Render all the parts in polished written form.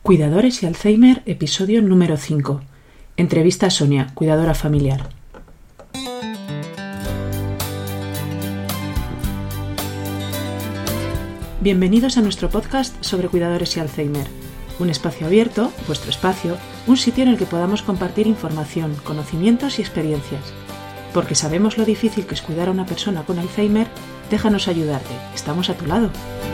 Cuidadores y Alzheimer, episodio número 5. Entrevista a Sonia, cuidadora familiar. Bienvenidos a nuestro podcast sobre cuidadores y Alzheimer. Un espacio abierto, vuestro espacio, un sitio en el que podamos compartir información, conocimientos y experiencias. Porque sabemos lo difícil que es cuidar a una persona con Alzheimer, déjanos ayudarte, estamos a tu lado.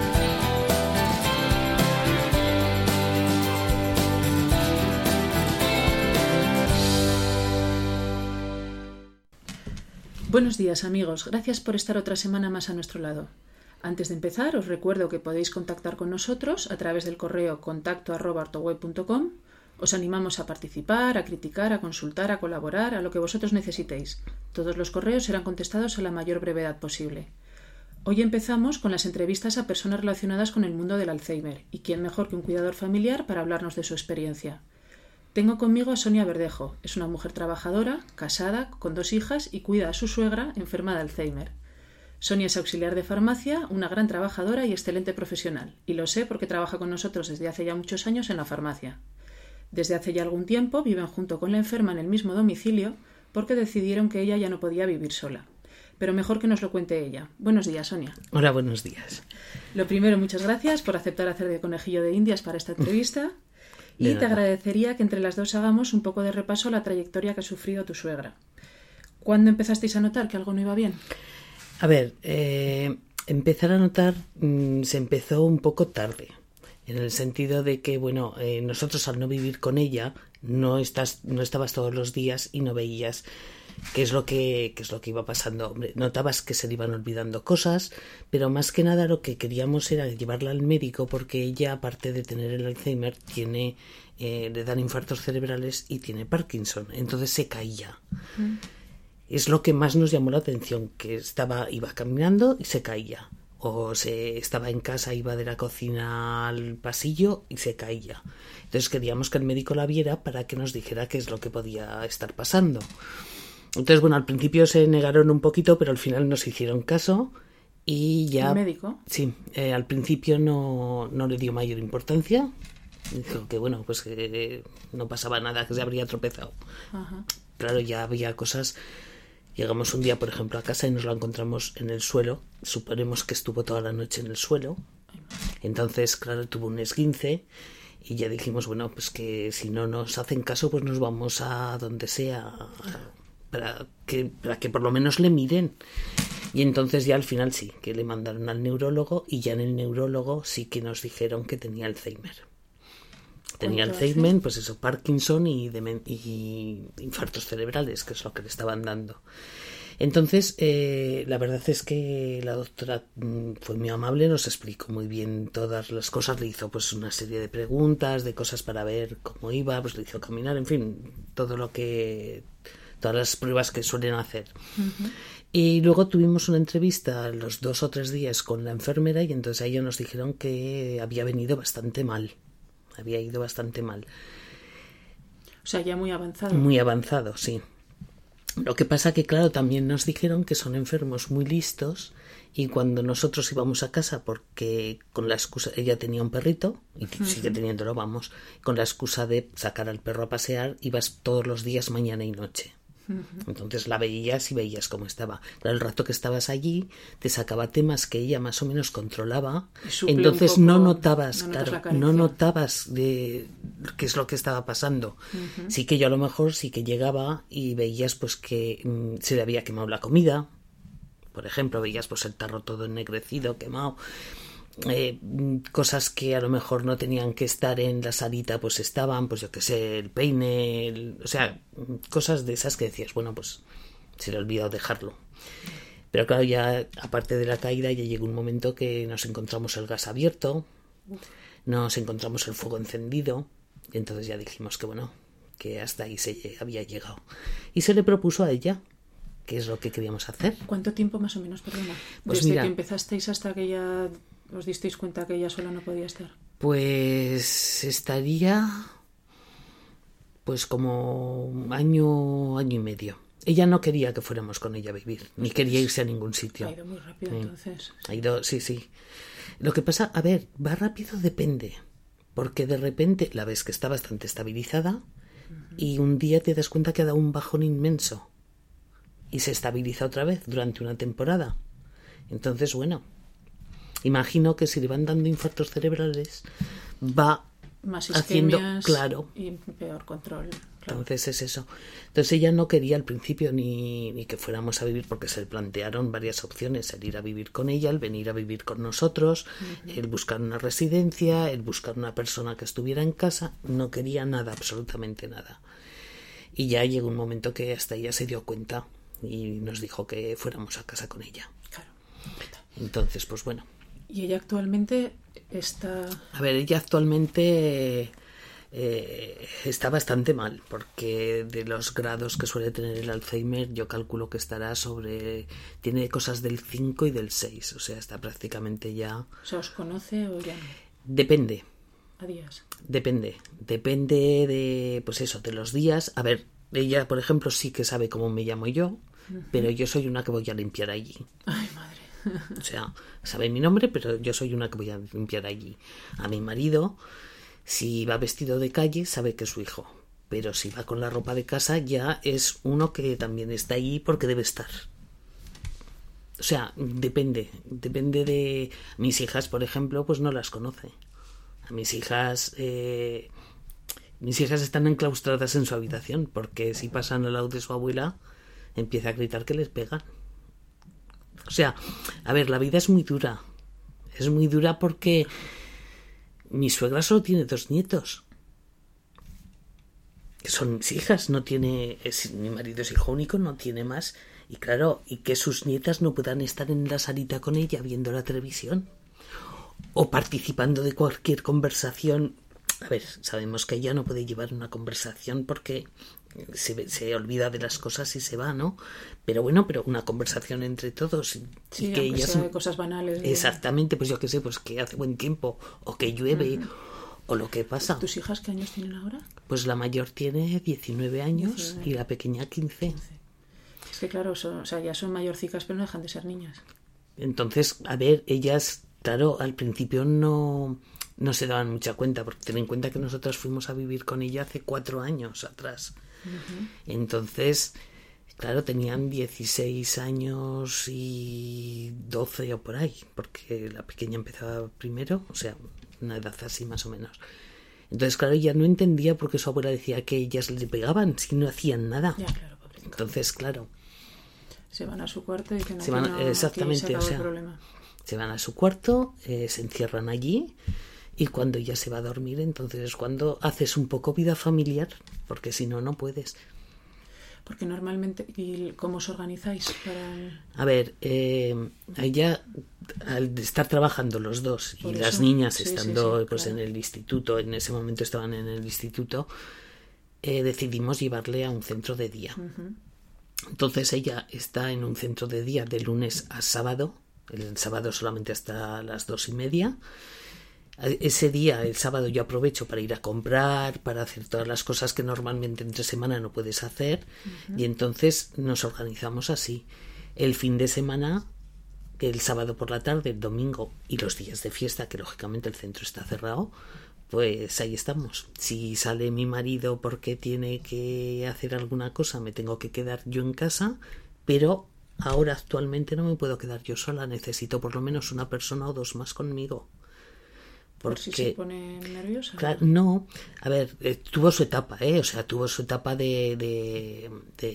Buenos días amigos, gracias por estar otra semana más a nuestro lado. Antes de empezar, os recuerdo que podéis contactar con nosotros a través del correo contacto@ortoweb.com. Os animamos a participar, a criticar, a consultar, a colaborar, a lo que vosotros necesitéis. Todos los correos serán contestados a la mayor brevedad posible. Hoy empezamos con las entrevistas a personas relacionadas con el mundo del Alzheimer, y quién mejor que un cuidador familiar para hablarnos de su experiencia. Tengo conmigo a Sonia Verdejo. Es una mujer trabajadora, casada, con 2 hijas y cuida a su suegra enferma de Alzheimer. Sonia es auxiliar de farmacia, una gran trabajadora y excelente profesional. Y lo sé porque trabaja con nosotros desde hace ya muchos años en la farmacia. Desde hace ya algún tiempo viven junto con la enferma en el mismo domicilio porque decidieron que ella ya no podía vivir sola. Pero mejor que nos lo cuente ella. Buenos días, Sonia. Hola, buenos días. Lo primero, muchas gracias por aceptar hacer de conejillo de Indias para esta entrevista. Y te agradecería que entre las dos hagamos un poco de repaso a la trayectoria que ha sufrido tu suegra. ¿Cuándo empezasteis a notar que algo no iba bien? A ver, empezar a notar se empezó un poco tarde, en el sentido de que, nosotros al no vivir con ella, no estabas todos los días y no veías qué es lo que iba pasando. Hombre, notabas que se le iban olvidando cosas, pero más que nada lo que queríamos era llevarla al médico porque ella, aparte de tener el Alzheimer, le dan infartos cerebrales y tiene Parkinson, entonces se caía. Es lo que más nos llamó la atención, que iba caminando y se caía. O estaba en casa, iba de la cocina al pasillo y se caía. Entonces queríamos que el médico la viera para que nos dijera qué es lo que podía estar pasando. Entonces, al principio se negaron un poquito, pero al final nos hicieron caso y ya... ¿El médico? Sí, al principio no le dio mayor importancia. Dijo que que no pasaba nada, que se habría tropezado. Ajá. Claro, ya había cosas... Llegamos un día, por ejemplo, a casa y nos la encontramos en el suelo. Suponemos que estuvo toda la noche en el suelo. Entonces, claro, tuvo un esguince y ya dijimos, que si no nos hacen caso, pues nos vamos a donde sea para que por lo menos le miren. Y entonces ya al final sí, que le mandaron al neurólogo y ya en el neurólogo sí que nos dijeron que tenía Alzheimer. Tenía Alzheimer, Parkinson y infartos cerebrales, que es lo que le estaban dando. Entonces, la verdad es que la doctora fue muy amable, nos explicó muy bien todas las cosas, le hizo una serie de preguntas, de cosas para ver cómo iba, le hizo caminar, en fin, todas las pruebas que suelen hacer. Uh-huh. Y luego tuvimos una entrevista los 2 o 3 días con la enfermera y entonces a ella nos dijeron que había venido bastante mal. Había ido bastante mal. O sea, ya muy avanzado. Muy avanzado, sí. Lo que pasa que, claro, también nos dijeron que son enfermos muy listos y cuando nosotros íbamos a casa, porque con la excusa, ella tenía un perrito y sigue teniéndolo, con la excusa de sacar al perro a pasear, ibas todos los días mañana y noche. Entonces la veías y veías cómo estaba. Claro, el rato que estabas allí te sacaba temas que ella más o menos controlaba. Entonces no notabas de qué es lo que estaba pasando. Uh-huh. Sí que yo a lo mejor sí que llegaba y veías que se le había quemado la comida. Por ejemplo, veías el tarro todo ennegrecido, quemado. Cosas que a lo mejor no tenían que estar en la salita estaban, el peine, cosas de esas que decías, se le ha olvidado dejarlo. Pero claro, ya aparte de la caída ya llegó un momento que nos encontramos el gas abierto, nos encontramos el fuego encendido y entonces ya dijimos que hasta ahí se había llegado y se le propuso a ella qué es lo que queríamos hacer. ¿Cuánto tiempo más o menos, perdona? Desde que empezasteis hasta que ya os disteis cuenta que ella sola no podía estar. Pues estaría como año y medio. Ella no quería que fuéramos con ella a vivir, ni quería irse a ningún sitio. Ha ido muy rápido, entonces. Ha ido, sí. Lo que pasa, va rápido depende. porque de repente la ves que está bastante estabilizada y un día te das cuenta que ha dado un bajón inmenso y se estabiliza otra vez durante una temporada. Entonces, bueno, imagino que si le van dando infartos cerebrales va más haciendo, isquemias, claro, y peor control. Claro. Entonces es eso. Entonces ella no quería al principio ni que fuéramos a vivir, porque se le plantearon varias opciones: el ir a vivir con ella, el venir a vivir con nosotros, el buscar una residencia, el buscar una persona que estuviera en casa. No quería nada, absolutamente nada. Y ya llegó un momento que hasta ella se dio cuenta y nos dijo que fuéramos a casa con ella. Claro. Entonces, pues bueno. ¿Y ella actualmente está...? A ver, ella actualmente está bastante mal, porque de los grados que suele tener el Alzheimer, yo calculo que estará sobre... Tiene cosas del 5 y del 6, o sea, está prácticamente ya... O sea, ¿os conoce o ya no? Depende. A días. Depende de, pues eso, de los días. A ver, ella, por ejemplo, sí que sabe cómo me llamo yo, pero yo soy una que voy a limpiar allí. Ay, madre. O sea, sabe mi nombre, pero yo soy una que voy a limpiar allí. A mi marido, si va vestido de calle, sabe que es su hijo. Pero si va con la ropa de casa, ya es uno que también está allí porque debe estar. O sea, depende de... Mis hijas, por ejemplo, pues no las conoce. A mis hijas están enclaustradas en su habitación, porque si pasan al lado de su abuela, empieza a gritar que les pegan. O sea, a ver, la vida es muy dura. Es muy dura porque mi suegra solo tiene 2 nietos. Son mis hijas, no tiene... mi marido es hijo único, no tiene más. Y claro, y que sus nietas no puedan estar en la salita con ella viendo la televisión o participando de cualquier conversación. A ver, sabemos que ella no puede llevar una conversación porque se olvida de las cosas y se va, ¿no? Pero bueno, pero una conversación entre todos. Sí, y que aunque ellas... sea de cosas banales. Exactamente, pues yo qué sé, pues que hace buen tiempo o que llueve o lo que pasa. ¿Tus hijas qué años tienen ahora? Pues la mayor tiene 19 años 19. Y la pequeña 15. Es que claro, o sea, ya son mayorcicas, pero no dejan de ser niñas. Entonces, a ver, ellas, claro, al principio no se daban mucha cuenta, porque ten en cuenta que nosotros fuimos a vivir con ella hace 4 años atrás. Entonces, claro, tenían 16 años y 12 o por ahí, porque la pequeña empezaba primero, o sea, una edad así más o menos. Entonces, claro, ella no entendía por qué su abuela decía que ellas le pegaban si no hacían nada. Ya, claro, pobrecito. Entonces, claro, se van a su cuarto y dicen se van, exactamente, aquí se acabó o sea, el problema. Se van a su cuarto, se encierran allí, y cuando ya se va a dormir, entonces es cuando haces un poco vida familiar, porque si no, no puedes. Porque normalmente, ¿y cómo os organizáis para...? A ver, ella, al estar trabajando los dos y Por las eso, niñas sí, estando sí, pues claro. en el instituto, en ese momento estaban en el instituto, decidimos llevarle a un centro de día. Entonces ella está en un centro de día de lunes a sábado, el sábado solamente hasta las 2:30. Ese día, el sábado, yo aprovecho para ir a comprar, para hacer todas las cosas que normalmente entre semana no puedes hacer, y entonces nos organizamos así. El fin de semana, el sábado por la tarde, el domingo y los días de fiesta, que lógicamente el centro está cerrado, pues ahí estamos. Si sale mi marido porque tiene que hacer alguna cosa, me tengo que quedar yo en casa, pero ahora actualmente no me puedo quedar yo sola, necesito por lo menos una persona o 2 más conmigo. ¿Por si se pone nerviosa? Claro, no, a ver, tuvo su etapa, o sea, tuvo su etapa de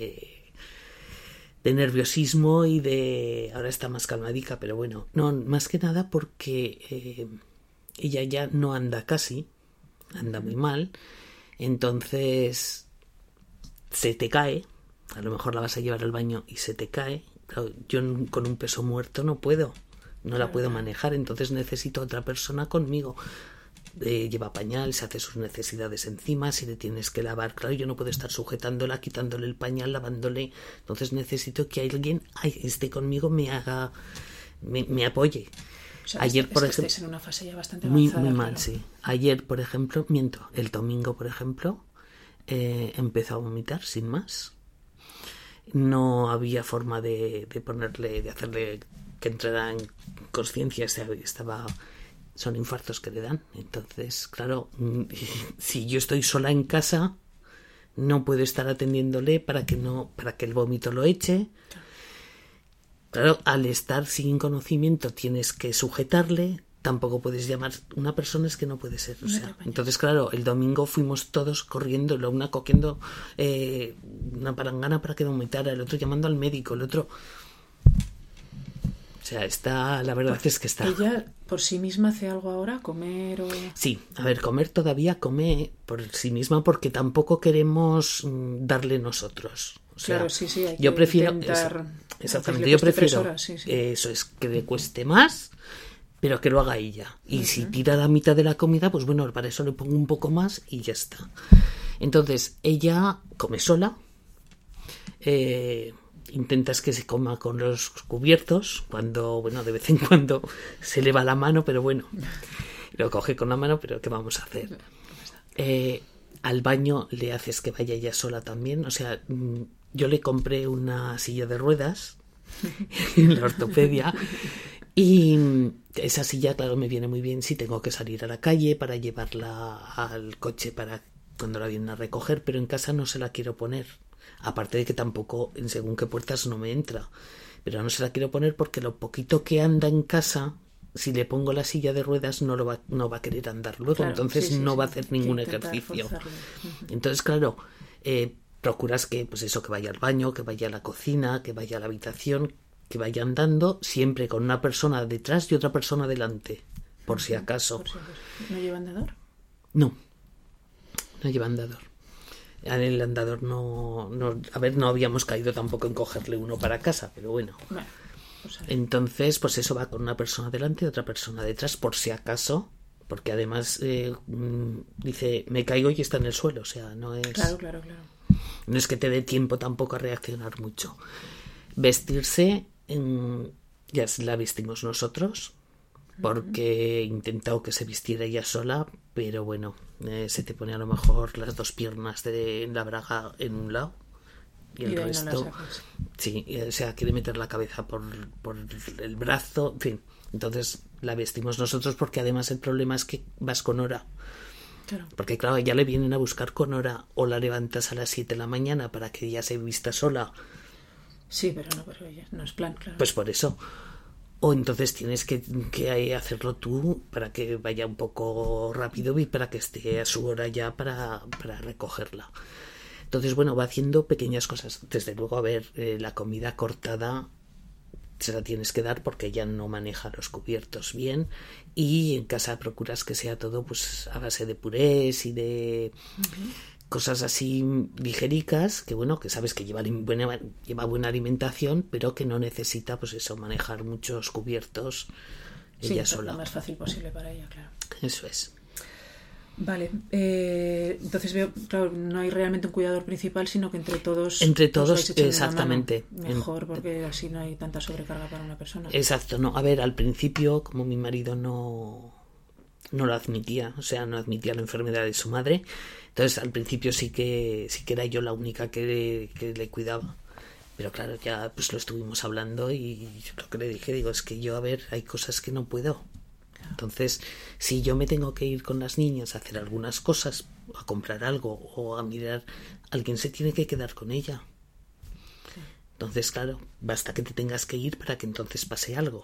nerviosismo y de... Ahora está más calmadica, pero bueno, no, más que nada porque ella ya no anda casi, anda muy mal, entonces se te cae, a lo mejor la vas a llevar al baño y se te cae. Claro, yo con un peso muerto no puedo. No la puedo manejar, entonces necesito a otra persona conmigo. Lleva pañal, se hace sus necesidades encima, si le tienes que lavar, claro, yo no puedo estar sujetándola, quitándole el pañal, lavándole, entonces necesito que alguien esté conmigo, me haga, me apoye. O sea, Ayer, por ejemplo, estáis en una fase ya bastante avanzada. Muy mal, claro. sí. Ayer, por ejemplo, el domingo, por ejemplo, empezó a vomitar sin más. No había forma de hacerle que entrara en conciencia, estaba son infartos que le dan. Entonces, claro, si yo estoy sola en casa, no puedo estar atendiéndole para que el vómito lo eche. Claro, al estar sin conocimiento tienes que sujetarle, tampoco puedes llamar. Una persona es que no puede ser, o sea. Entonces, claro, el domingo fuimos todos corriendo, la una cogiendo una palangana para que vomitara, el otro llamando al médico, el otro. O sea, la verdad es que está. ¿Ella por sí misma hace algo ahora? ¿Comer o...? Sí, a ver, comer todavía come por sí misma porque tampoco queremos darle nosotros. O sea, claro, sí, hay yo que prefiero intentar... Exactamente, yo prefiero horas, sí. Eso es, que le cueste más, pero que lo haga ella. Y si tira la mitad de la comida, pues bueno, para eso le pongo un poco más y ya está. Entonces, ella come sola, intentas que se coma con los cubiertos, cuando, bueno, de vez en cuando se le va la mano, pero bueno, lo coge con la mano, pero ¿qué vamos a hacer? Al baño le haces que vaya ella sola también, o sea, yo le compré una silla de ruedas en la ortopedia y esa silla, claro, me viene muy bien si tengo que salir a la calle para llevarla al coche para cuando la vienen a recoger, pero en casa no se la quiero poner. Aparte de que tampoco en según qué puertas no me entra, pero no se la quiero poner porque lo poquito que anda en casa, si le pongo la silla de ruedas no va a querer andar luego, claro, entonces no va a hacer ningún ejercicio. Entonces, claro, procuras que, pues eso, que vaya al baño, que vaya a la cocina, que vaya a la habitación, que vaya andando, siempre con una persona detrás y otra persona delante, por si acaso. ¿No lleva andador? No lleva andador. En el andador no habíamos caído tampoco en cogerle uno para casa, pero bueno. Entonces, pues eso, va con una persona delante y otra persona detrás, por si acaso, porque además dice, me caigo y está en el suelo, o sea, no es... Claro. No es que te dé tiempo tampoco a reaccionar mucho. Vestirse, ya la vestimos nosotros, porque he intentado que se vistiera ella sola, pero bueno, se te pone a lo mejor las dos piernas de la braga en un lado y el resto no sí, o sea, quiere meter la cabeza por el brazo, en fin. Entonces la vestimos nosotros porque además el problema es que vas con hora. Claro. Porque claro, ya le vienen a buscar con hora, o la levantas a las 7 de la mañana para que ella se vista sola. Sí, pero ella no es plan, claro. Pues por eso. O entonces tienes que hacerlo tú para que vaya un poco rápido y para que esté a su hora ya para recogerla. Entonces, bueno, va haciendo pequeñas cosas. Desde luego, a ver, la comida cortada se la tienes que dar porque ella no maneja los cubiertos bien, y en casa procuras que sea todo pues a base de purés y de cosas así ligericas, que bueno, que sabes que lleva buena alimentación, pero que no necesita pues eso, manejar muchos cubiertos ella sola. Lo más fácil posible para ella, claro. Eso es. Vale, entonces veo, claro, no hay realmente un cuidador principal, sino que entre todos exactamente. Mejor, porque así no hay tanta sobrecarga para una persona. Exacto, no. A ver, al principio, como mi marido no lo admitía, o sea, no admitía la enfermedad de su madre, entonces al principio sí que era yo la única que le cuidaba. Pero claro, ya pues lo estuvimos hablando y lo que le dije, digo, es que yo, a ver, hay cosas que no puedo. Entonces, si yo me tengo que ir con las niñas a hacer algunas cosas, a comprar algo o a mirar, alguien se tiene que quedar con ella. Entonces, claro, basta que te tengas que ir para que entonces pase algo.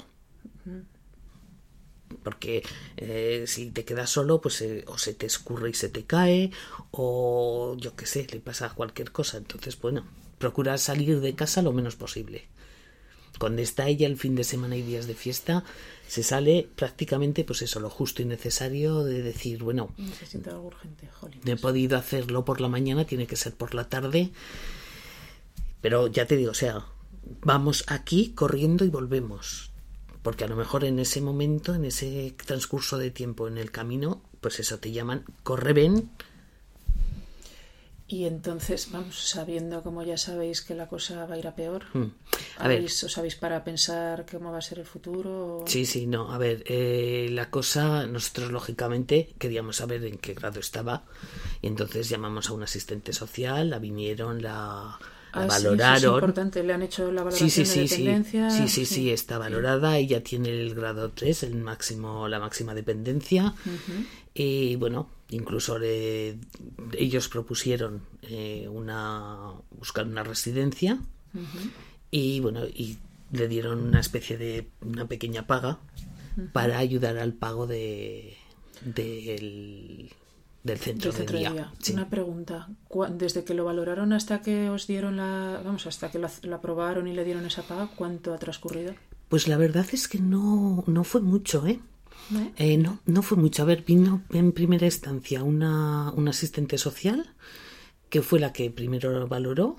Porque si te quedas solo, pues o se te escurre y se te cae, o yo qué sé, le pasa cualquier cosa. Entonces, bueno, procura salir de casa lo menos posible. Cuando está ella el fin de semana y días de fiesta, se sale prácticamente pues eso, lo justo y necesario de decir, bueno, necesito algo urgente, jolines. No he podido hacerlo por la mañana, tiene que ser por la tarde. Pero ya te digo, o sea, vamos aquí corriendo y volvemos. Porque a lo mejor en ese momento, en ese transcurso de tiempo en el camino, pues eso, te llaman, corre, ven. Y entonces, vamos, sabiendo, como ya sabéis, que la cosa va a ir a peor, ¿os habéis para pensar cómo va a ser el futuro? Sí, no, a ver, la cosa, nosotros lógicamente queríamos saber en qué grado estaba, y entonces llamamos a un asistente social, la vinieron, la La Sí, valoraron. eso es importante, le han hecho la valoración de dependencia. Sí, está valorada. Ella tiene el grado 3, la máxima dependencia. Y bueno, incluso ellos propusieron buscar una residencia. Y bueno, y le dieron una especie de una pequeña paga para ayudar al pago del centro de día. Sí. Una pregunta, desde que lo valoraron hasta que os dieron hasta que lo aprobaron y le dieron esa paga, ¿cuánto ha transcurrido? Pues la verdad es que no fue mucho, ¿eh? ¿No? No fue mucho. A ver, vino en primera instancia una asistente social, que fue la que primero lo valoró.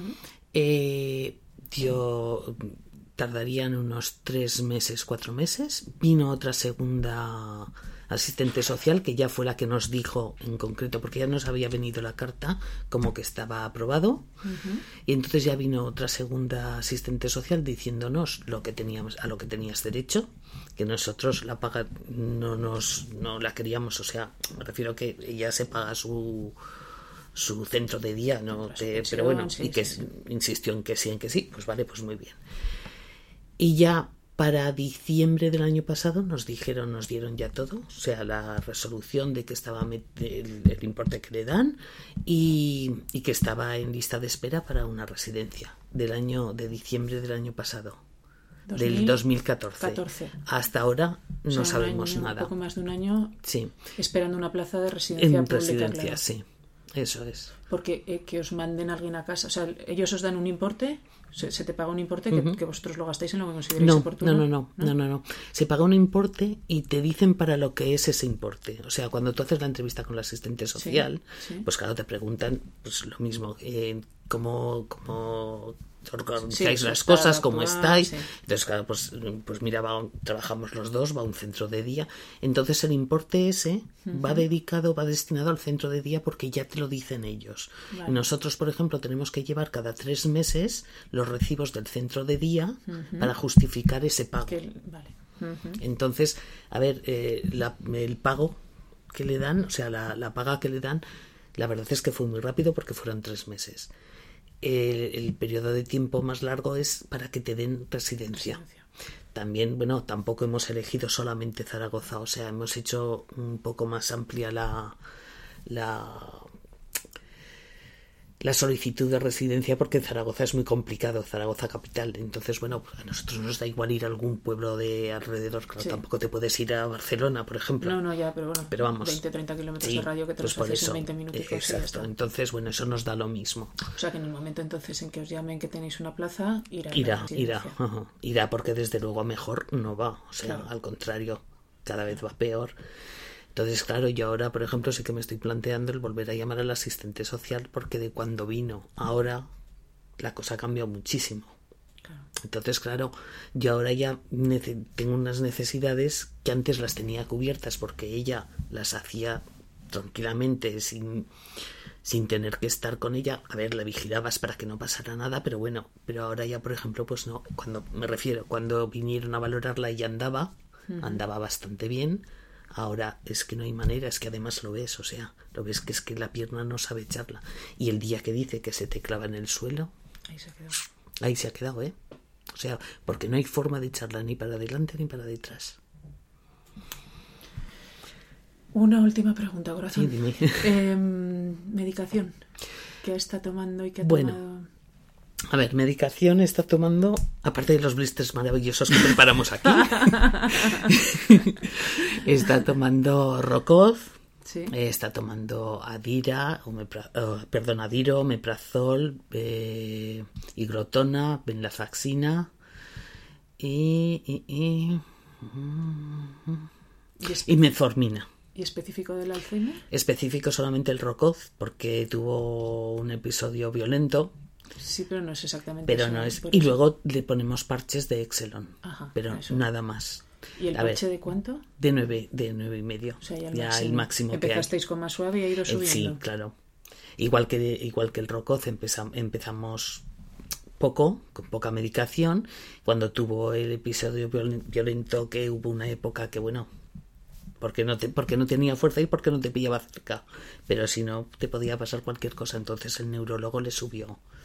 Tardarían unos 3 meses, 4 meses. Vino otra segunda asistente social, que ya fue la que nos dijo en concreto, porque ya nos había venido la carta como que estaba aprobado. Y entonces ya vino otra segunda asistente social diciéndonos a lo que tenías derecho, que nosotros la paga no la queríamos, o sea, me refiero que ella se paga su centro de día, ¿no? Pero bueno, sí, y que sí. Insistió en que sí, pues vale, pues muy bien. Y ya para diciembre del año pasado nos dieron ya todo, o sea, la resolución de que estaba el importe que le dan y que estaba en lista de espera para una residencia de diciembre del año pasado, del 2014. Hasta ahora no sabemos nada. Un poco más de un año, sí, esperando una plaza de residencia pública. Residencia, claro. Sí. Eso es. Porque que os manden a alguien a casa, o sea, ellos os dan un importe, se te paga un importe que vosotros lo gastáis en lo que consideréis oportuno. No. Se paga un importe y te dicen para lo que es ese importe. O sea, cuando tú haces la entrevista con la asistente social, pues claro, te preguntan pues lo mismo, cómo organizáis las cosas, cómo estáis. Entonces, claro, pues mira, trabajamos los dos, va a un centro de día. Entonces el importe ese va destinado al centro de día, porque ya te lo dicen ellos. Vale. Nosotros, por ejemplo, tenemos que llevar cada 3 meses los recibos del centro de día para justificar ese pago. Vale. Entonces, a ver, el pago que le dan, o sea, la paga que le dan, la verdad es que fue muy rápido porque fueron 3 meses. El periodo de tiempo más largo es para que te den residencia. También, bueno, tampoco hemos elegido solamente Zaragoza, o sea, hemos hecho un poco más amplia la solicitud de residencia, porque Zaragoza es muy complicado, Zaragoza capital. Entonces, bueno, a nosotros nos da igual ir a algún pueblo de alrededor. Claro, tampoco te puedes ir a Barcelona, por ejemplo. No, ya, pero bueno, vamos, 20-30 kilómetros de radio que te los haces en 20 minutos. Exacto, entonces, bueno, eso nos da lo mismo. O sea, que en el momento entonces en que os llamen que tenéis una plaza, irá, porque desde luego a mejor no va. O sea, al contrario, cada vez va peor. Entonces, claro, yo ahora, por ejemplo, sí que me estoy planteando el volver a llamar al asistente social, porque de cuando vino ahora la cosa ha cambiado muchísimo. Claro. Entonces, claro, yo ahora ya tengo unas necesidades que antes las tenía cubiertas, porque ella las hacía tranquilamente, sin tener que estar con ella. A ver, la vigilabas para que no pasara nada, pero bueno, pero ahora ya, por ejemplo, pues no. Cuando vinieron a valorarla, ella andaba bastante bien. Ahora es que no hay manera, es que además lo ves, o sea, lo ves que es que la pierna no sabe echarla. Y el día que dice que se te clava en el suelo, ahí se ha quedado, ¿eh? O sea, porque no hay forma de echarla ni para adelante ni para detrás. Una última pregunta, corazón. Sí, dime. Medicación. ¿Qué está tomando y qué ha tomado? A ver, medicación está tomando, aparte de los blisters maravillosos que preparamos aquí, está tomando Rocoz, está tomando Adiro, Omeprazol, Higrotona, Venlafaxina y Metformina. ¿Y específico del Alzheimer? Específico solamente el Rocoz, porque tuvo un episodio violento. Sí, pero no es exactamente pero eso. No es. Y luego le ponemos parches de Exelon. Ajá, pero eso. Nada más. ¿Y el parche de cuánto? De 9,5. O sea, ya el máximo. Empezasteis con más suave y ha ido subiendo. Sí, claro. Igual que el Rocoz empezamos poco, con poca medicación. Cuando tuvo el episodio violento, que hubo una época que, bueno, porque no tenía fuerza y porque no te pillaba cerca, pero si no te podía pasar cualquier cosa. Entonces el neurólogo le subió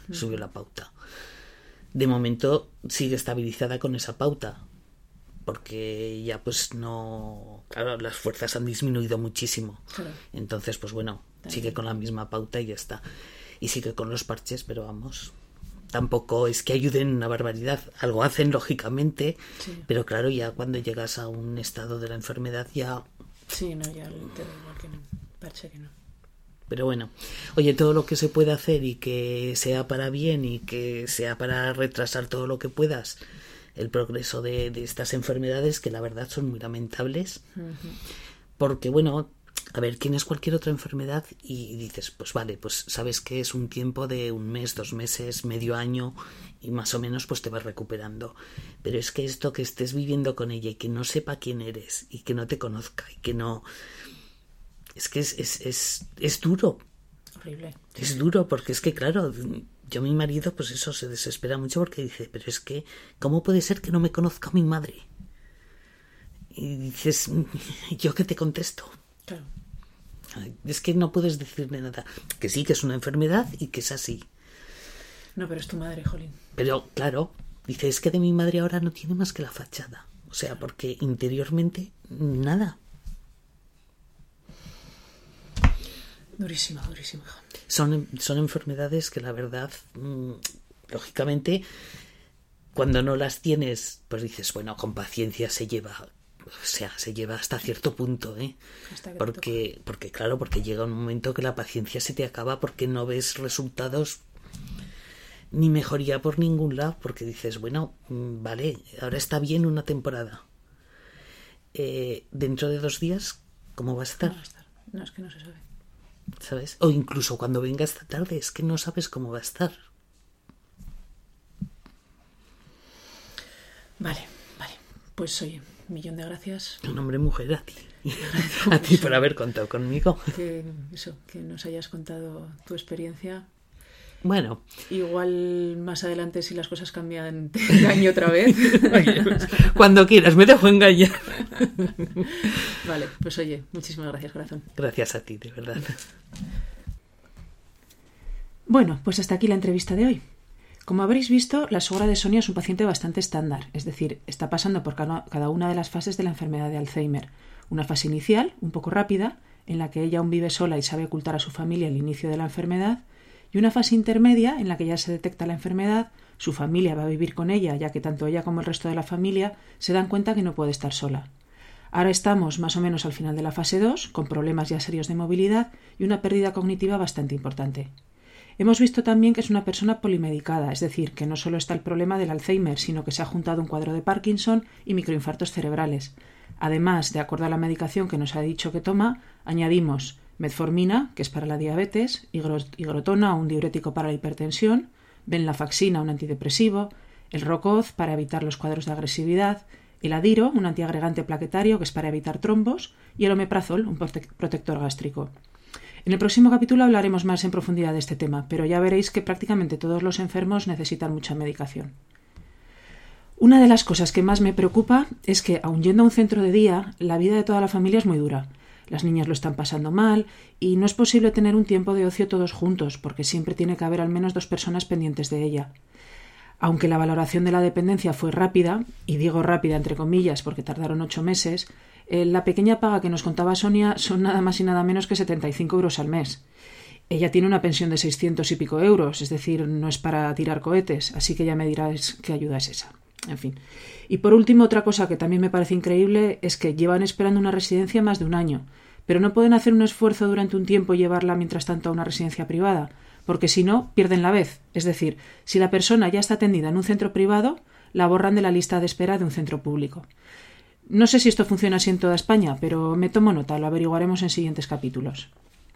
subió la pauta. De momento sigue estabilizada con esa pauta, porque ya pues no... Claro, las fuerzas han disminuido muchísimo. Claro. Entonces, pues bueno, sigue con la misma pauta y ya está. Y sigue con los parches, pero vamos... Tampoco es que ayuden una barbaridad. Algo hacen, lógicamente, Sí. pero claro, ya cuando llegas a un estado de la enfermedad ya... Sí, no, ya te da igual que no. Parche que no. Pero bueno, oye, todo lo que se puede hacer y que sea para bien y que sea para retrasar todo lo que puedas el progreso de estas enfermedades, que la verdad son muy lamentables, porque bueno, a ver, tienes cualquier otra enfermedad y dices, pues vale, pues sabes que es un tiempo de 1 mes, 2 meses, medio año y más o menos pues te vas recuperando. Pero es que esto que estés viviendo con ella y que no sepa quién eres y que no te conozca y que no... Es que es duro. Horrible. Es duro porque es que, claro, yo mi marido, pues eso, se desespera mucho porque dice, pero es que, ¿cómo puede ser que no me conozca mi madre? Y dices, ¿yo qué te contesto? Claro. Es que no puedes decirle nada. Que sí, que es una enfermedad y que es así. No, pero es tu madre, jolín. Pero, claro, dice, es que de mi madre ahora no tiene más que la fachada. O sea, porque interiormente, nada. Durísima, durísima. Son enfermedades que la verdad, lógicamente, cuando no las tienes, pues dices, bueno, con paciencia se lleva, o sea, se lleva hasta cierto punto, ¿eh? Porque claro, porque llega un momento que la paciencia se te acaba porque no ves resultados ni mejoría por ningún lado, porque dices, bueno, vale, ahora está bien una temporada. Dentro de 2 días, ¿cómo va a estar? No va a estar. No, es que no se sabe. ¿Sabes? O incluso cuando venga esta tarde, es que no sabes cómo va a estar. Vale. Pues oye, 1.000.000 de gracias. Un hombre, mujer, a ti. A ti por haber contado conmigo. Que nos hayas contado tu experiencia. Bueno. Igual más adelante, si las cosas cambian, te engaño otra vez. Oye, pues, cuando quieras, me dejo engañar. Vale, pues oye, muchísimas gracias, corazón. Gracias a ti, de verdad. Bueno, pues hasta aquí la entrevista de hoy. Como habréis visto, la suegra de Sonia es un paciente bastante estándar, es decir, está pasando por cada una de las fases de la enfermedad de Alzheimer. Una fase inicial, un poco rápida, en la que ella aún vive sola y sabe ocultar a su familia el inicio de la enfermedad, y una fase intermedia en la que ya se detecta la enfermedad, su familia va a vivir con ella, ya que tanto ella como el resto de la familia se dan cuenta que no puede estar sola. Ahora estamos más o menos al final de la fase 2, con problemas ya serios de movilidad y una pérdida cognitiva bastante importante. Hemos visto también que es una persona polimedicada, es decir, que no solo está el problema del Alzheimer, sino que se ha juntado un cuadro de Parkinson y microinfartos cerebrales. Además, de acuerdo a la medicación que nos ha dicho que toma, añadimos metformina, que es para la diabetes, higrotona, un diurético para la hipertensión, venlafaxina, un antidepresivo, el Rocoz para evitar los cuadros de agresividad, el Adiro, un antiagregante plaquetario que es para evitar trombos, y el omeprazol, un protector gástrico. En el próximo capítulo hablaremos más en profundidad de este tema, pero ya veréis que prácticamente todos los enfermos necesitan mucha medicación. Una de las cosas que más me preocupa es que, aun yendo a un centro de día, la vida de toda la familia es muy dura. Las niñas lo están pasando mal y no es posible tener un tiempo de ocio todos juntos, porque siempre tiene que haber al menos 2 personas pendientes de ella. Aunque la valoración de la dependencia fue rápida, y digo rápida entre comillas porque tardaron 8 meses, la pequeña paga que nos contaba Sonia son nada más y nada menos que 75 euros al mes. Ella tiene una pensión de 600 y pico euros, es decir, no es para tirar cohetes, así que ya me dirás qué ayuda es esa. En fin. Y por último, otra cosa que también me parece increíble es que llevan esperando una residencia más de 1 año, pero no pueden hacer un esfuerzo durante un tiempo y llevarla mientras tanto a una residencia privada, porque si no, pierden la vez. Es decir, si la persona ya está atendida en un centro privado, la borran de la lista de espera de un centro público. No sé si esto funciona así en toda España, pero me tomo nota, lo averiguaremos en siguientes capítulos.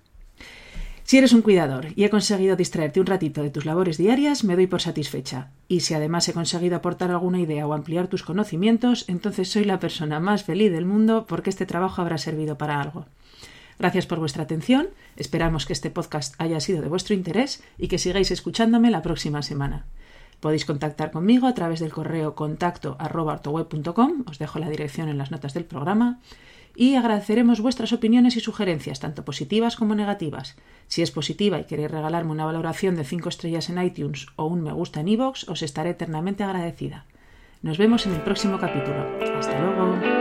Si eres un cuidador y he conseguido distraerte un ratito de tus labores diarias, me doy por satisfecha. Y si además he conseguido aportar alguna idea o ampliar tus conocimientos, entonces soy la persona más feliz del mundo porque este trabajo habrá servido para algo. Gracias por vuestra atención, esperamos que este podcast haya sido de vuestro interés y que sigáis escuchándome la próxima semana. Podéis contactar conmigo a través del correo contacto@ortoweb.com, os dejo la dirección en las notas del programa, y agradeceremos vuestras opiniones y sugerencias, tanto positivas como negativas. Si es positiva y queréis regalarme una valoración de 5 estrellas en iTunes o un me gusta en iVoox, os estaré eternamente agradecida. Nos vemos en el próximo capítulo. ¡Hasta luego!